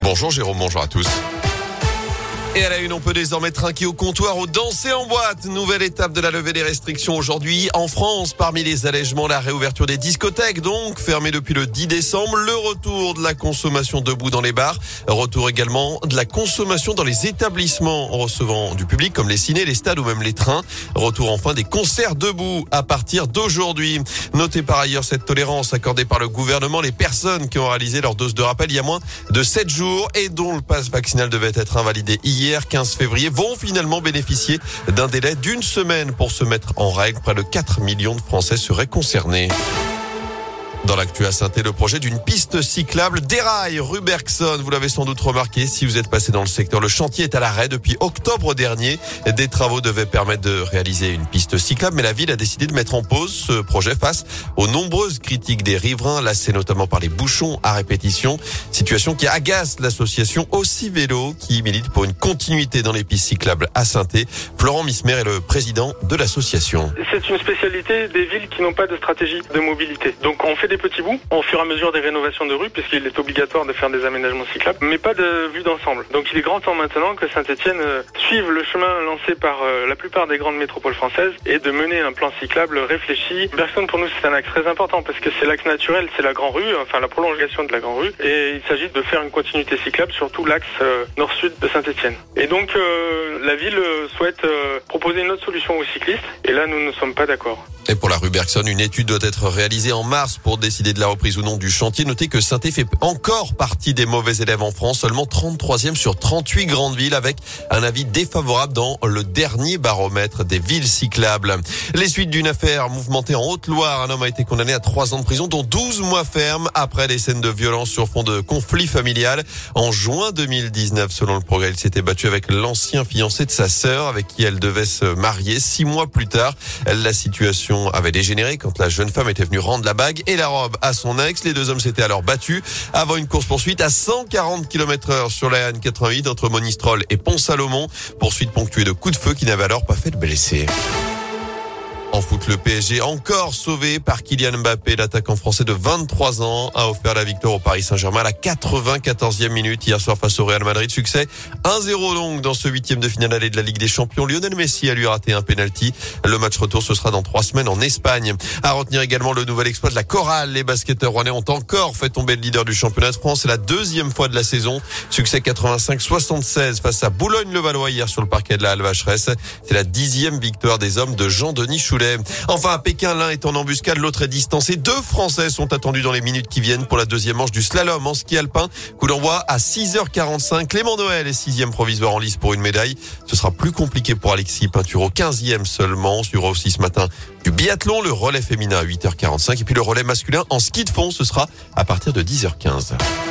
Bonjour Jérôme, bonjour à tous. Et à la une, on peut désormais trinquer au comptoir ou danser en boîte. Nouvelle étape de la levée des restrictions aujourd'hui en France. Parmi les allègements, la réouverture des discothèques, donc fermées depuis le 10 décembre. Le retour de la consommation debout dans les bars. Retour également de la consommation dans les établissements en recevant du public comme les cinés, les stades ou même les trains. Retour enfin des concerts debout à partir d'aujourd'hui. Notez par ailleurs cette tolérance accordée par le gouvernement. Les personnes qui ont réalisé leur dose de rappel il y a moins de 7 jours et dont le pass vaccinal devait être invalidé hier 15 février vont finalement bénéficier d'un délai d'une semaine pour se mettre en règle. Près de 4 millions de Français seraient concernés. Dans l'actu à Saint-Étienne, le projet d'une piste cyclable déraille rue Bergson. Vous l'avez sans doute remarqué si vous êtes passé dans le secteur. Le chantier est à l'arrêt depuis octobre dernier. Des travaux devaient permettre de réaliser une piste cyclable, mais la ville a décidé de mettre en pause ce projet face aux nombreuses critiques des riverains, lassés notamment par les bouchons à répétition. Situation qui agace l'association Aussi Vélo, qui milite pour une continuité dans les pistes cyclables à Saint-Étienne. Florent Mismer est le président de l'association. C'est une spécialité des villes qui n'ont pas de stratégie de mobilité. Donc on fait des petits bouts au fur et à mesure des rénovations de rues, puisqu'il est obligatoire de faire des aménagements cyclables, mais pas de vue d'ensemble. Donc il est grand temps maintenant que Saint-Étienne suive le chemin lancé par la plupart des grandes métropoles françaises et de mener un plan cyclable réfléchi. Bergson pour nous c'est un axe très important parce que c'est l'axe naturel, c'est la Grand Rue, enfin la prolongation de la Grand Rue, et il s'agit de faire une continuité cyclable sur tout l'axe nord-sud de Saint-Étienne. Et donc la ville souhaite proposer une autre solution aux cyclistes, et là nous ne sommes pas d'accord. Et pour la rue Bergson, une étude doit être réalisée en mars pour décider de la reprise ou non du chantier. Notez que Saint-Étienne fait encore partie des mauvais élèves en France, seulement 33e sur 38 grandes villes, avec un avis défavorable dans le dernier baromètre des villes cyclables. Les suites d'une affaire mouvementée en Haute-Loire, un homme a été condamné à 3 ans de prison, dont 12 mois fermes après des scènes de violence sur fond de conflit familial. En juin 2019, selon le Progrès, il s'était battu avec l'ancien fiancé de sa sœur, avec qui elle devait se marier. 6 mois plus tard, la situation avait dégénéré quand la jeune femme était venue rendre la bague et la robe à son ex. Les deux hommes s'étaient alors battus avant une course-poursuite à 140 km/h sur la N88 entre Monistrol et Pont-Salomon. Poursuite ponctuée de coups de feu qui n'avaient alors pas fait de blessés. En foot, le PSG encore sauvé par Kylian Mbappé. L'attaquant français de 23 ans a offert la victoire au Paris Saint-Germain à la 94e minute hier soir face au Real Madrid. Succès 1-0 donc dans ce 8e de finale aller de la Ligue des Champions. Lionel Messi a lui raté un penalty. Le match retour, ce sera dans 3 semaines en Espagne. À retenir également le nouvel exploit de la chorale. Les basketteurs rouennais ont encore fait tomber le leader du championnat de France. C'est la 2e fois de la saison. Succès 85-76 face à Boulogne-le-Valois hier sur le parquet de la Halle Vacheresse. C'est la 10e victoire des hommes de Jean-Denis Choulet. Enfin, à Pékin, l'un est en embuscade, l'autre est distancé. 2 Français sont attendus dans les minutes qui viennent pour la 2e manche du slalom en ski alpin. Coup d'envoi à 6h45. Clément Noël est 6e provisoire en lice pour une médaille. Ce sera plus compliqué pour Alexis Pinturo, 15e seulement. On suivra aussi ce matin du biathlon, le relais féminin à 8h45 et puis le relais masculin en ski de fond. Ce sera à partir de 10h15.